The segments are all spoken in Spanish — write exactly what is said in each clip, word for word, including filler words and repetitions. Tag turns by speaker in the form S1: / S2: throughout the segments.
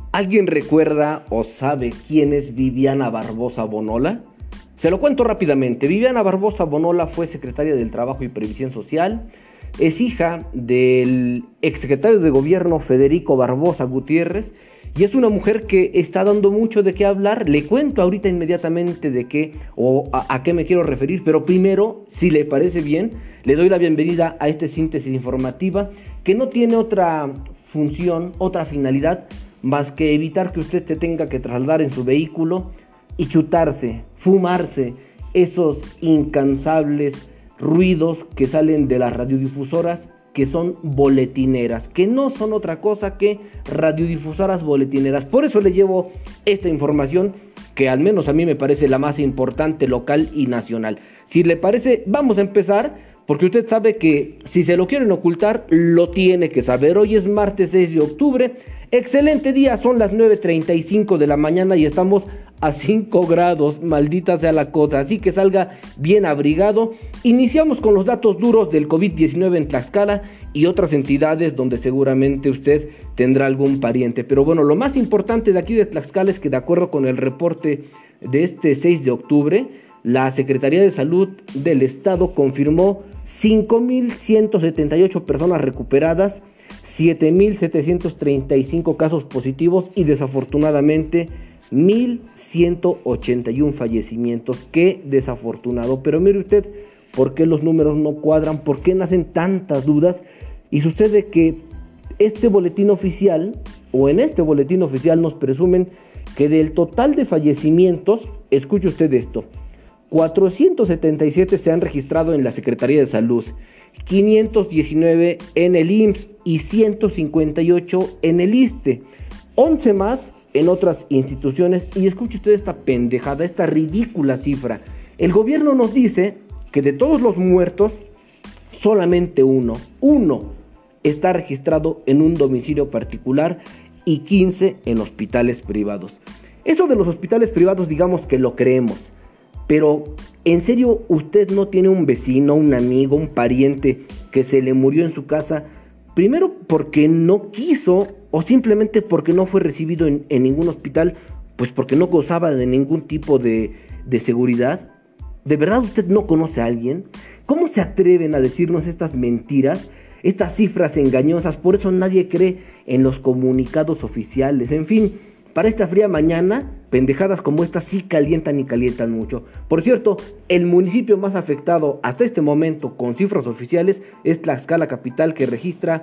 S1: ¿Alguien recuerda o sabe quién es Viviana Barbosa Bonola? Se lo cuento rápidamente. Viviana Barbosa Bonola fue secretaria del Trabajo y Previsión Social, es hija del exsecretario de Gobierno Federico Barbosa Gutiérrez y es una mujer que está dando mucho de qué hablar. Le cuento ahorita inmediatamente de qué o a, a qué me quiero referir, pero primero, si le parece bien, le doy la bienvenida a esta síntesis informativa que no tiene otra función, otra finalidad más que evitar que usted se tenga que trasladar en su vehículo y chutarse, fumarse esos incansables ruidos que salen de las radiodifusoras, que son boletineras, que no son otra cosa que radiodifusoras boletineras. Por eso le llevo esta información que al menos a mí me parece la más importante local y nacional. Si le parece, vamos a empezar, porque usted sabe que si se lo quieren ocultar, lo tiene que saber. Hoy es martes seis de octubre, excelente día, son las nueve treinta y cinco de la mañana y estamos a cinco grados, maldita sea la cosa, así que salga bien abrigado. Iniciamos con los datos duros del COVID diecinueve en Tlaxcala y otras entidades donde seguramente usted tendrá algún pariente. Pero bueno, lo más importante de aquí de Tlaxcala es que de acuerdo con el reporte de este seis de octubre, la Secretaría de Salud del Estado confirmó cinco mil ciento setenta y ocho personas recuperadas, siete mil setecientos treinta y cinco casos positivos y desafortunadamente mil ciento ochenta y uno fallecimientos. Qué desafortunado. Pero mire usted, ¿por qué los números no cuadran? ¿Por qué nacen tantas dudas? Y sucede que este boletín oficial, o en este boletín oficial nos presumen que del total de fallecimientos, escuche usted esto, cuatrocientos setenta y siete se han registrado en la Secretaría de Salud, quinientos diecinueve en el I M S S y ciento cincuenta y ocho en el ISSSTE, once más en otras instituciones. Y escuche usted esta pendejada, esta ridícula cifra. El gobierno nos dice que de todos los muertos, solamente uno, uno está registrado en un domicilio particular y quince en hospitales privados. Eso de los hospitales privados, digamos que lo creemos. Pero, ¿en serio usted no tiene un vecino, un amigo, un pariente que se le murió en su casa? Primero porque no quiso o simplemente porque no fue recibido en, en ningún hospital, pues porque no gozaba de ningún tipo de, de seguridad. ¿De verdad usted no conoce a alguien? ¿Cómo se atreven a decirnos estas mentiras, estas cifras engañosas? Por eso nadie cree en los comunicados oficiales. En fin, para esta fría mañana, pendejadas como estas sí calientan y calientan mucho. Por cierto, el municipio más afectado hasta este momento con cifras oficiales es Tlaxcala capital, que registra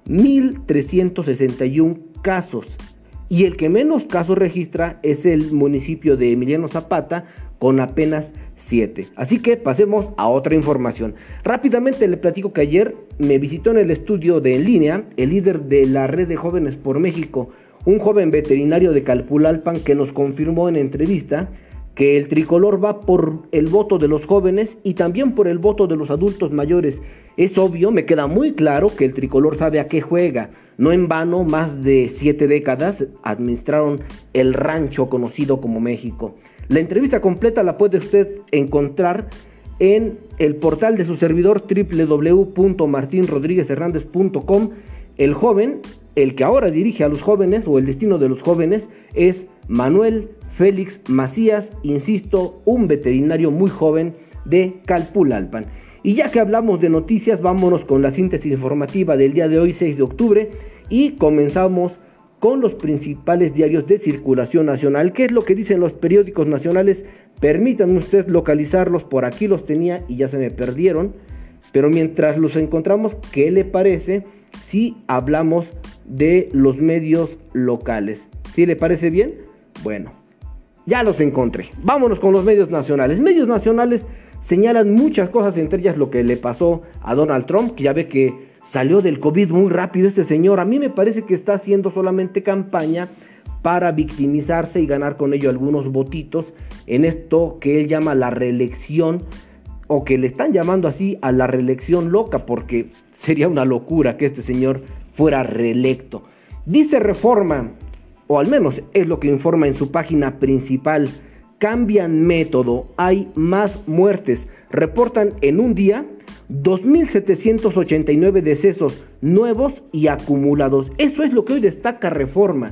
S1: mil trescientos sesenta y uno casos. Y el que menos casos registra es el municipio de Emiliano Zapata, con apenas siete. Así que pasemos a otra información. Rápidamente le platico que ayer me visitó en el estudio de En Línea el líder de la Red de Jóvenes por México, un joven veterinario de Calpulalpan, que nos confirmó en entrevista que el tricolor va por el voto de los jóvenes y también por el voto de los adultos mayores. Es obvio, me queda muy claro que el tricolor sabe a qué juega. No en vano, más de siete décadas administraron el rancho conocido como México. La entrevista completa la puede usted encontrar en el portal de su servidor doble u doble u doble u punto martin rodríguez hernández punto com. El joven, el que ahora dirige a los jóvenes, o el destino de los jóvenes, es Manuel Félix Macías, insisto, un veterinario muy joven de Calpulalpan. Y ya que hablamos de noticias, vámonos con la síntesis informativa del día de hoy, seis de octubre, y comenzamos con los principales diarios de circulación nacional. ¿Qué es lo que dicen los periódicos nacionales? Permítanme usted localizarlos, por aquí los tenía y ya se me perdieron, pero mientras los encontramos, ¿qué le parece si hablamos de los medios locales? ¿Sí le parece bien? Bueno, ya los encontré. Vámonos con los medios nacionales. Medios nacionales señalan muchas cosas, entre ellas lo que le pasó a Donald Trump, que ya ve que salió del COVID muy rápido este señor. A mí me parece que está haciendo solamente campaña para victimizarse y ganar con ello algunos votitos en esto que él llama la reelección, o que le están llamando así a la reelección loca, porque sería una locura que este señor fuera reelecto. Dice Reforma, o al menos es lo que informa en su página principal, cambian método, hay más muertes. Reportan en un día dos mil setecientos ochenta y nueve decesos nuevos y acumulados. Eso es lo que hoy destaca Reforma.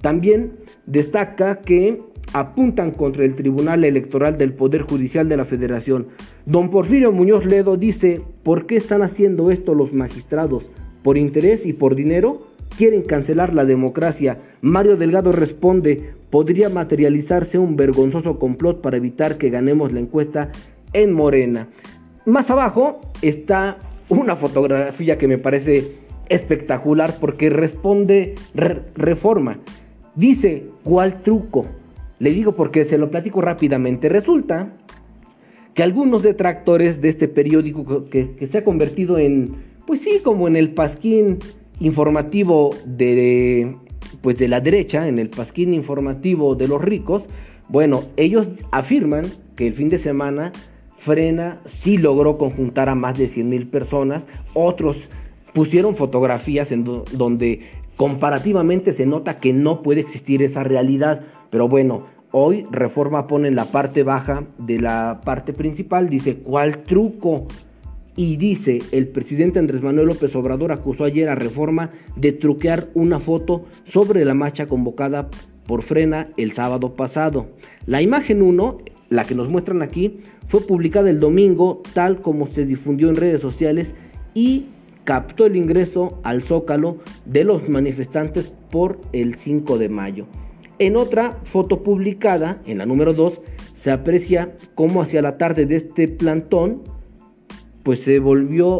S1: También destaca que apuntan contra el Tribunal Electoral del Poder Judicial de la Federación. Don Porfirio Muñoz Ledo dice: ¿por qué están haciendo esto los magistrados? ¿Por interés y por dinero? ¿Quieren cancelar la democracia? Mario Delgado responde: podría materializarse un vergonzoso complot para evitar que ganemos la encuesta en Morena. Más abajo está una fotografía que me parece espectacular porque responde re- Reforma. Dice: ¿cuál truco? Le digo porque se lo platico rápidamente. Resulta que algunos detractores de este periódico que, que se ha convertido en, pues sí, como en el pasquín informativo de, pues de la derecha, en el pasquín informativo de los ricos, bueno, ellos afirman que el fin de semana Frena sí logró conjuntar a más de cien mil personas. Otros pusieron fotografías en do, donde comparativamente se nota que no puede existir esa realidad. Pero bueno, hoy Reforma pone en la parte baja de la parte principal, dice: ¿cuál truco? Y dice: el presidente Andrés Manuel López Obrador acusó ayer a Reforma de truquear una foto sobre la marcha convocada por Frena el sábado pasado. La imagen uno, la que nos muestran aquí, fue publicada el domingo tal como se difundió en redes sociales y captó el ingreso al Zócalo de los manifestantes por el cinco de mayo. En otra foto publicada, en la número dos, se aprecia cómo hacia la tarde de este plantón pues se volvió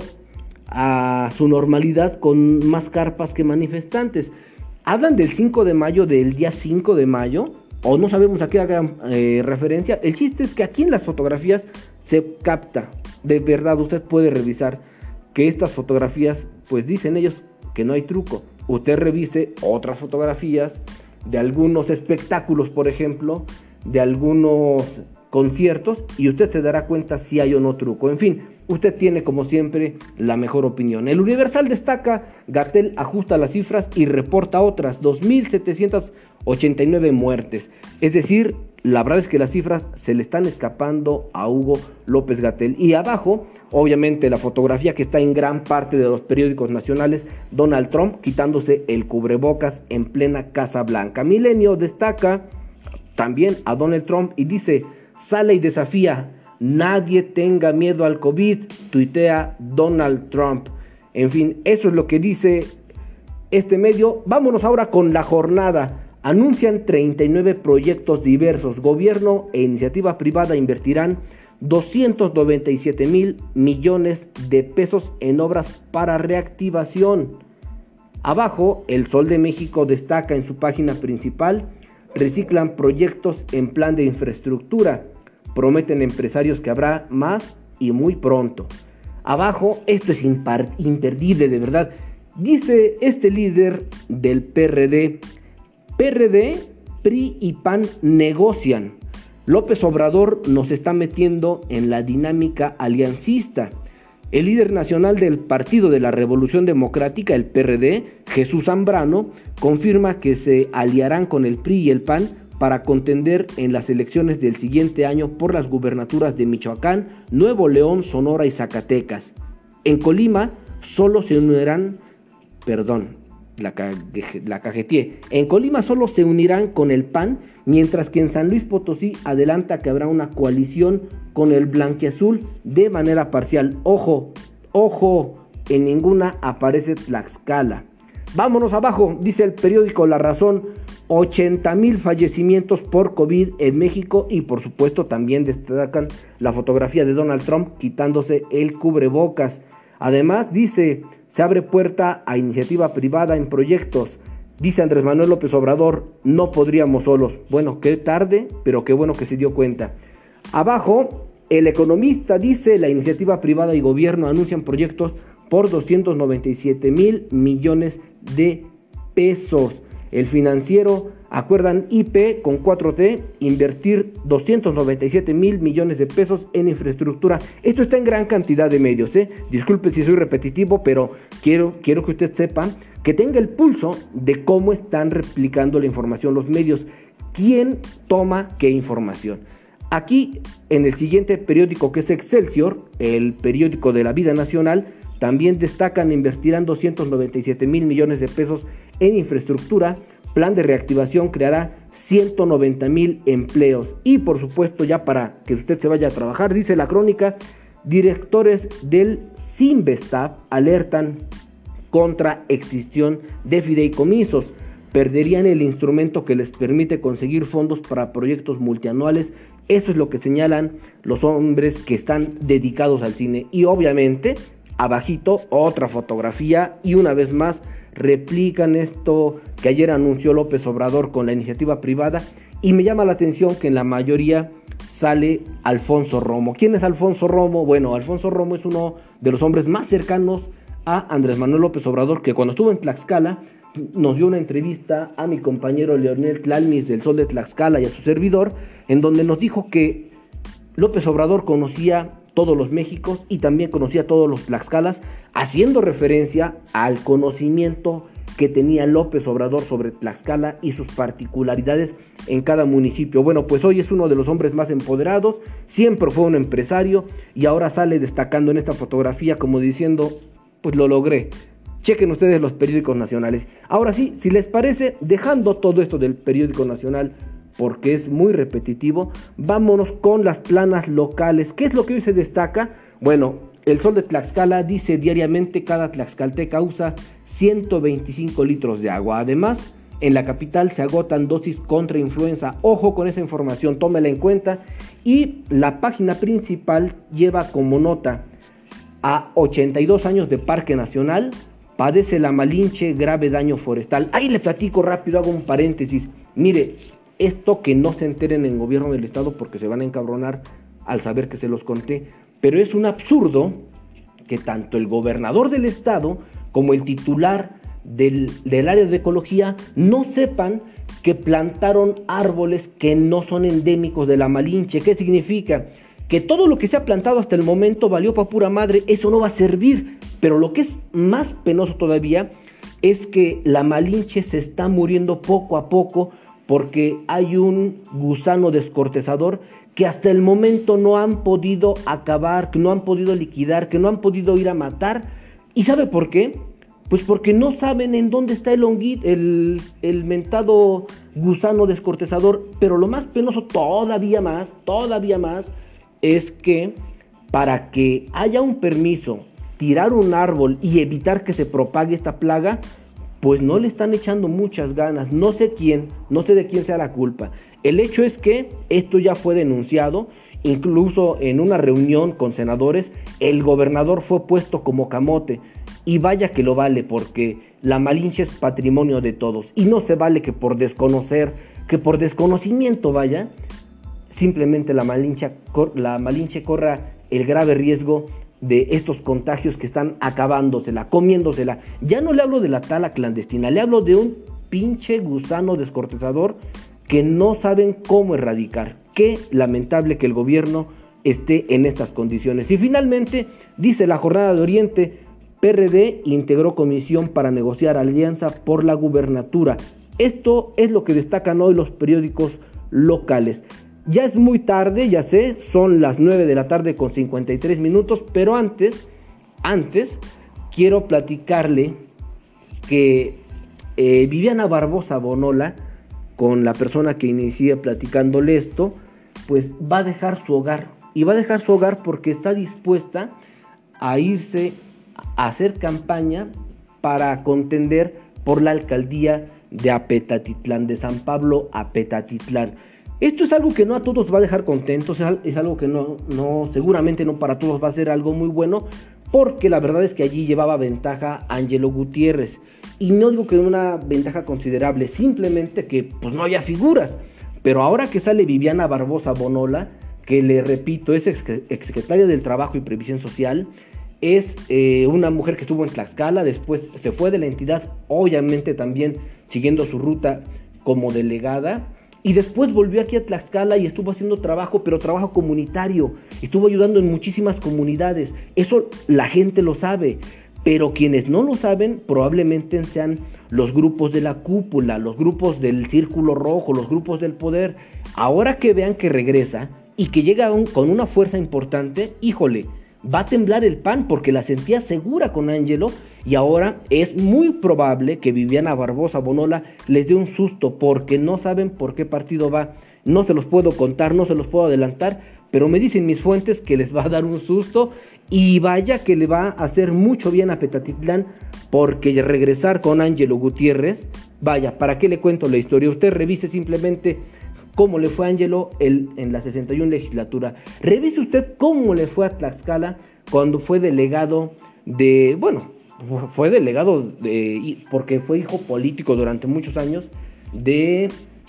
S1: a su normalidad con más carpas que manifestantes. Hablan del cinco de mayo, del día cinco de mayo, o no sabemos a qué hagan eh, referencia. El chiste es que aquí en las fotografías se capta, de verdad usted puede revisar que estas fotografías, pues dicen ellos que no hay truco. Usted revise otras fotografías de algunos espectáculos, por ejemplo, de algunos conciertos, y usted se dará cuenta si hay o no truco. En fin, usted tiene como siempre la mejor opinión. El Universal destaca: Gatell ajusta las cifras y reporta otras dos mil setecientas ochenta y nueve muertes. Es decir, la verdad es que las cifras se le están escapando a Hugo López Gatell. Y abajo, obviamente, la fotografía que está en gran parte de los periódicos nacionales: Donald Trump quitándose el cubrebocas en plena Casa Blanca. Milenio destaca también a Donald Trump y dice: sale y desafía: nadie tenga miedo al COVID, tuitea Donald Trump. En fin, eso es lo que dice este medio. Vámonos ahora con La Jornada. Anuncian treinta y nueve proyectos diversos. Gobierno e iniciativa privada invertirán doscientos noventa y siete mil millones de pesos en obras para reactivación. Abajo, El Sol de México destaca en su página principal: reciclan proyectos en plan de infraestructura. Prometen empresarios que habrá más y muy pronto. Abajo, esto es impar- imperdible de verdad. Dice este líder del P R D: P R D, P R I y P A N negocian. López Obrador nos está metiendo en la dinámica aliancista. El líder nacional del Partido de la Revolución Democrática, el P R D, Jesús Zambrano, confirma que se aliarán con el P R I y el P A N para contender en las elecciones del siguiente año por las gubernaturas de Michoacán, Nuevo León, Sonora y Zacatecas. En Colima solo se unirán, perdón, la, la cajeteé, en Colima solo se unirán con el P A N, mientras que en San Luis Potosí adelanta que habrá una coalición con el blanquiazul de manera parcial. Ojo, ojo, en ninguna aparece Tlaxcala. Vámonos abajo, dice el periódico La Razón: ochenta mil fallecimientos por COVID en México, y por supuesto también destacan la fotografía de Donald Trump quitándose el cubrebocas. Además dice: se abre puerta a iniciativa privada en proyectos. Dice Andrés Manuel López Obrador: no podríamos solos. Bueno, qué tarde, pero qué bueno que se dio cuenta. Abajo, El Economista dice: la iniciativa privada y gobierno anuncian proyectos por doscientos noventa y siete mil millones de pesos. El Financiero: acuerdan I P con cuatro T invertir doscientos noventa y siete mil millones de pesos en infraestructura. Esto está en gran cantidad de medios, ¿eh? Disculpe si soy repetitivo, pero quiero, quiero que usted sepa, que tenga el pulso de cómo están replicando la información los medios. ¿Quién toma qué información? Aquí, en el siguiente periódico, que es Excelsior, el periódico de la vida nacional, también destacan: invertirán doscientos noventa y siete mil millones de pesos en infraestructura, plan de reactivación creará ciento noventa mil empleos. Y por supuesto, ya para que usted se vaya a trabajar, dice la crónica, directores del Sinvestap alertan contra extinción de fideicomisos. Perderían el instrumento que les permite conseguir fondos para proyectos multianuales. Eso es lo que señalan los hombres que están dedicados al cine. Y obviamente, abajito, otra fotografía y una vez más replican esto que ayer anunció López Obrador con la iniciativa privada. Y me llama la atención que en la mayoría sale Alfonso Romo. ¿Quién es Alfonso Romo? Bueno, Alfonso Romo es uno de los hombres más cercanos a Andrés Manuel López Obrador, que cuando estuvo en Tlaxcala nos dio una entrevista a mi compañero Leonel Tlalmis del Sol de Tlaxcala y a su servidor, en donde nos dijo que López Obrador conocía todos los Méxicos y también conocía todos los Tlaxcalas, haciendo referencia al conocimiento que tenía López Obrador sobre Tlaxcala y sus particularidades en cada municipio. Bueno, pues hoy es uno de los hombres más empoderados, siempre fue un empresario y ahora sale destacando en esta fotografía como diciendo, pues lo logré. Chequen ustedes los periódicos nacionales. Ahora sí, si les parece, dejando todo esto del periódico nacional, porque es muy repetitivo, vámonos con las planas locales. ¿Qué es lo que hoy se destaca? Bueno, el Sol de Tlaxcala dice diariamente cada tlaxcalteca usa ciento veinticinco litros de agua. Además, en la capital se agotan dosis contra influenza. Ojo con esa información, tómela en cuenta. Y la página principal lleva como nota: a ochenta y dos años de Parque Nacional, padece la Malinche grave daño forestal. Ahí le platico rápido, hago un paréntesis. Mire, esto que no se enteren en gobierno del estado porque se van a encabronar al saber que se los conté, pero es un absurdo que tanto el gobernador del estado como el titular del, del área de ecología no sepan que plantaron árboles que no son endémicos de la Malinche. ¿Qué significa? Que todo lo que se ha plantado hasta el momento valió pa' pura madre, eso no va a servir. Pero lo que es más penoso todavía es que la Malinche se está muriendo poco a poco porque hay un gusano descortezador que hasta el momento no han podido acabar, que no han podido liquidar, que no han podido ir a matar. ¿Y sabe por qué? Pues porque no saben en dónde está el honguito, el, el mentado gusano descortezador. Pero lo más penoso todavía más, todavía más, es que para que haya un permiso, tirar un árbol y evitar que se propague esta plaga, pues no le están echando muchas ganas. No sé quién, no sé de quién sea la culpa. El hecho es que esto ya fue denunciado, incluso en una reunión con senadores, el gobernador fue puesto como camote. Y vaya que lo vale, porque la Malinche es patrimonio de todos. Y no se vale que por desconocer, que por desconocimiento vaya, simplemente la Malinche, la Malinche corra el grave riesgo de estos contagios que están acabándosela, comiéndosela. Ya no le hablo de la tala clandestina, le hablo de un pinche gusano descortezador que no saben cómo erradicar. Qué lamentable que el gobierno esté en estas condiciones. Y finalmente, dice la Jornada de Oriente, P R D integró comisión para negociar alianza por la gubernatura. Esto es lo que destacan hoy los periódicos locales. Ya es muy tarde, ya sé, son las nueve de la tarde con cincuenta y tres minutos, pero antes, antes, quiero platicarle que eh, Viviana Barbosa Bonola, con la persona que inicié platicándole esto, pues va a dejar su hogar, y va a dejar su hogar porque está dispuesta a irse a hacer campaña para contender por la alcaldía de Apetatitlán, de San Pablo Apetatitlán. Esto es algo que no a todos va a dejar contentos, es algo que no, no, seguramente no para todos va a ser algo muy bueno, porque la verdad es que allí llevaba ventaja Ángelo Gutiérrez. Y no digo que una ventaja considerable, simplemente que pues no había figuras. Pero ahora que sale Viviana Barbosa Bonola, que le repito, es exsecretaria del Trabajo y Previsión Social, es eh, una mujer que estuvo en Tlaxcala, después se fue de la entidad, obviamente también siguiendo su ruta como delegada, y después volvió aquí a Tlaxcala y estuvo haciendo trabajo, pero trabajo comunitario. Estuvo ayudando en muchísimas comunidades. Eso la gente lo sabe. Pero quienes no lo saben probablemente sean los grupos de la cúpula, los grupos del Círculo Rojo, los grupos del poder. Ahora que vean que regresa y que llega un, con una fuerza importante, híjole, va a temblar el P A N porque la sentía segura con Ángelo, y ahora es muy probable que Viviana Barbosa Bonola les dé un susto porque no saben por qué partido va. No se los puedo contar, no se los puedo adelantar, pero me dicen mis fuentes que les va a dar un susto, y vaya que le va a hacer mucho bien a Petatitlán, porque regresar con Ángelo Gutiérrez, vaya, ¿para qué le cuento la historia? Usted revise simplemente cómo le fue a Ángelo el, en la sesenta y una legislatura. Revise usted cómo le fue a Tlaxcala cuando fue delegado de, bueno, fue delegado de, porque fue hijo político durante muchos años de,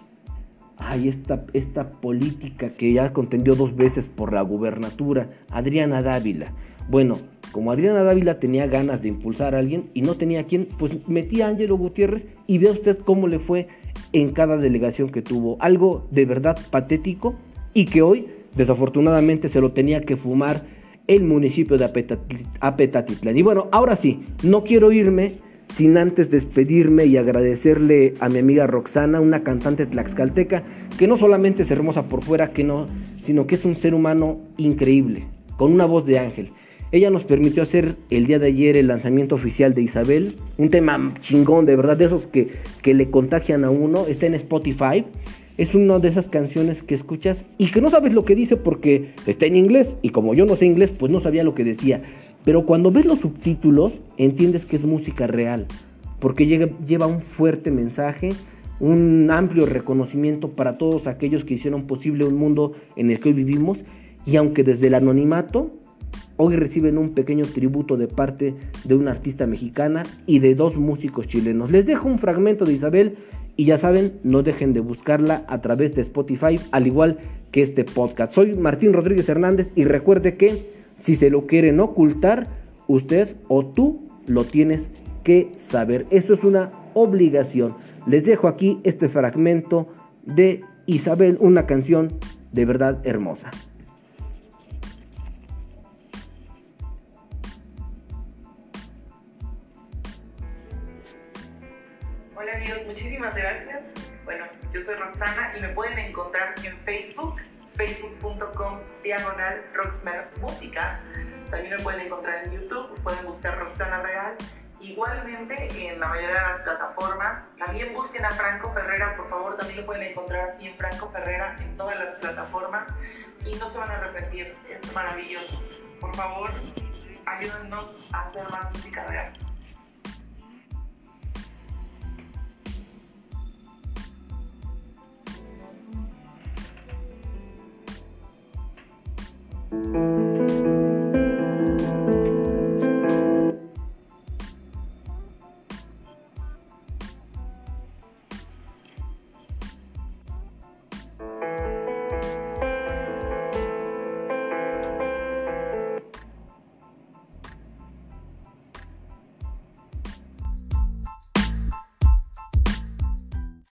S1: ay, esta, esta política que ya contendió dos veces por la gubernatura, Adriana Dávila. Bueno, como Adriana Dávila tenía ganas de impulsar a alguien y no tenía a quién, pues metía a Ángelo Gutiérrez, y vea usted cómo le fue en cada delegación que tuvo. Algo de verdad patético, y que hoy desafortunadamente se lo tenía que fumar el municipio de Apetatitlán. Y bueno, ahora sí, no quiero irme sin antes despedirme y agradecerle a mi amiga Roxana, una cantante tlaxcalteca que no solamente es hermosa por fuera, que no, sino que es un ser humano increíble, con una voz de ángel. Ella nos permitió hacer el día de ayer el lanzamiento oficial de Isabel, un tema chingón, de verdad, de esos que, que le contagian a uno. Está en Spotify, es una de esas canciones que escuchas y que no sabes lo que dice porque está en inglés, y como yo no sé inglés, pues no sabía lo que decía. Pero cuando ves los subtítulos, entiendes que es música real, porque llega, lleva un fuerte mensaje, un amplio reconocimiento para todos aquellos que hicieron posible un mundo en el que hoy vivimos, y aunque desde el anonimato, hoy reciben un pequeño tributo de parte de una artista mexicana y de dos músicos chilenos. Les dejo un fragmento de Isabel, y ya saben, no dejen de buscarla a través de Spotify, al igual que este podcast. Soy Martín Rodríguez Hernández, y recuerde que si se lo quieren ocultar, usted o tú lo tienes que saber. Esto es una obligación. Les dejo aquí este fragmento de Isabel, una canción de verdad hermosa.
S2: Hola amigos, muchísimas gracias. Bueno, yo soy Roxana y me pueden encontrar en Facebook, facebook punto com diagonal Roxmer Música. También me pueden encontrar en YouTube, pueden buscar Roxana Real. Igualmente en la mayoría de las plataformas. También busquen a Franco Ferrera, por favor, también lo pueden encontrar así en Franco Ferrera en todas las plataformas y no se van a arrepentir, es maravilloso. Por favor, ayúdennos a hacer más música real.
S1: Thank you.